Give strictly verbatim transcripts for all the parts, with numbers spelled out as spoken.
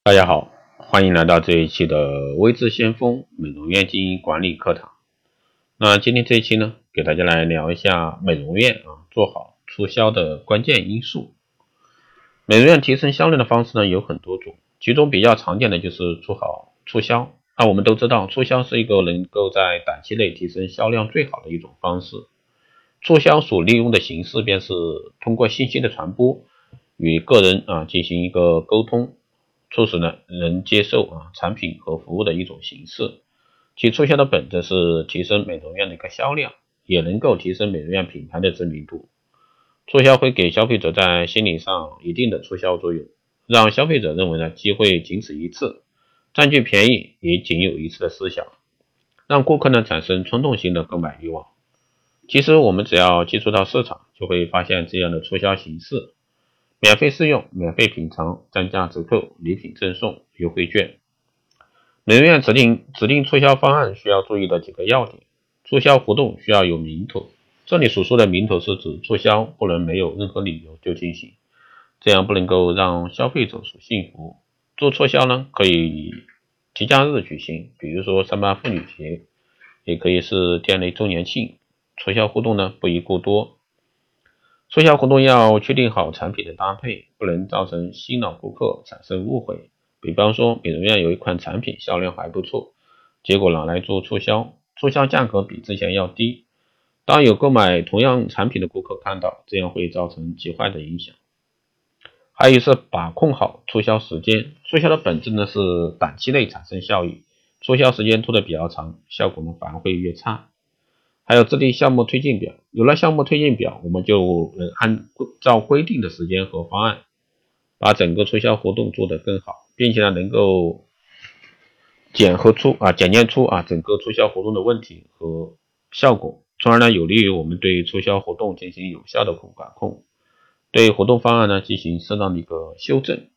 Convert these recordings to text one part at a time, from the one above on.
大家好，欢迎来到这一期的微智先锋美容院经营管理课堂。那今天这一期呢，给大家来聊一下美容院啊做好促销的关键因素。美容院提升销量的方式呢有很多种，其中比较常见的就是做好促销。那我们都知道，促销是一个能够在短期内提升销量最好的一种方式。促销所利用的形式便是通过信息的传播，与个人啊进行一个沟通，促使呢人接受啊产品和服务的一种形式。其促销的本质是提升美容院的一个销量，也能够提升美容院品牌的知名度。促销会给消费者在心理上一定的促销作用，让消费者认为呢机会仅此一次，占据便宜也仅有一次的思想，让顾客呢产生冲动性的购买欲望。其实我们只要接触到市场，就会发现这样的促销形式：免费试用、免费品尝、降价折扣、礼品赠送、优惠券。美容院指定指定促销方案需要注意的几个要点：促销活动需要有名头，这里所说的名头是指促销不能没有任何理由就进行，这样不能够让消费者所信服。做促销呢，可以节假日举行，比如说三八妇女节，也可以是店内周年庆。促销活动呢不宜过多。促销活动要确定好产品的搭配，不能造成洗脑顾客，产生误会。比方说美容院有一款产品销量还不错，结果拿来做促销，促销价格比之前要低，当有购买同样产品的顾客看到，这样会造成极坏的影响。还有是把控好促销时间，促销的本质呢是短期内产生效益，促销时间拖得比较长，效果呢反而会越差。还有制定项目推进表，有了项目推进表，我们就能按照规定的时间和方案，把整个促销活动做得更好，并且呢能够检核出啊检验出啊整个促销活动的问题和效果，从而呢有利于我们对促销活动进行有效的管控，对活动方案呢进行适当的一个修正。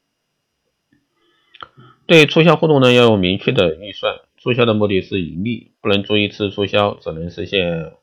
对促销活动呢要有明确的预算，促销的目的是盈利，不能做一次促销只能实现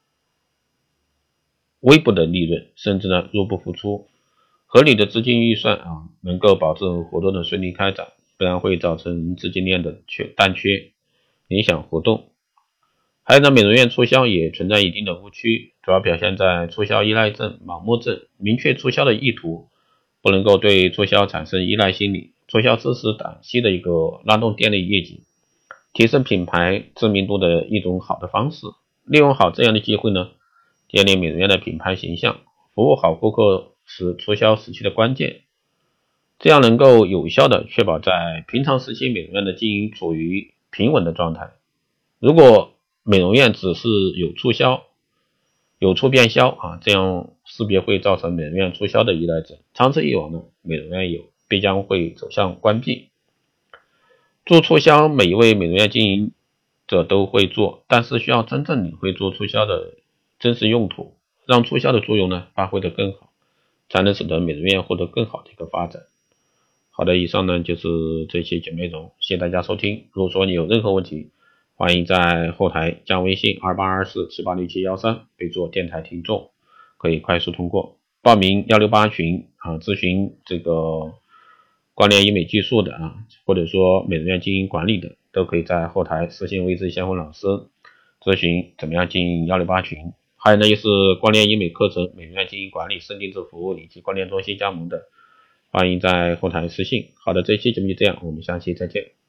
微薄的利润，甚至呢入不敷出。合理的资金预算啊，能够保证活动的顺利开展，不然会造成资金链的缺淡缺，影响活动。还有呢，美容院促销也存在一定的误区，主要表现在促销依赖症、盲目症。明确促销的意图，不能够对促销产生依赖心理。促销只是短期的一个拉动店内业绩，提升品牌知名度的一种好的方式。利用好这样的机会呢，建立美容院的品牌形象，服务好顾客是促销时期的关键，这样能够有效的确保在平常时期美容院的经营处于平稳的状态。如果美容院只是有促销，有促变销啊，这样势必会造成美容院促销的依赖者，长此以往呢，美容院有必将会走向关闭。做促销每一位美容院经营者都会做，但是需要真正领会做促销的真实用途，让促销的作用呢发挥得更好，才能使得美容院获得更好的一个发展。好的，以上呢就是这期节目内容，谢谢大家收听。如果说你有任何问题，欢迎在后台加微信二八二四七八六七一三，备注电台听众，可以快速通过。报名一六八群啊，咨询这个光电医美技术的啊，或者说美容院经营管理的，都可以在后台私信微智先锋老师咨询怎么样经营一六八群。还有呢，就是光电医美课程、美容院经营管理、深定制服务以及光电中心加盟的，欢迎在后台私信。好的，这期节目就这样，我们下期再见。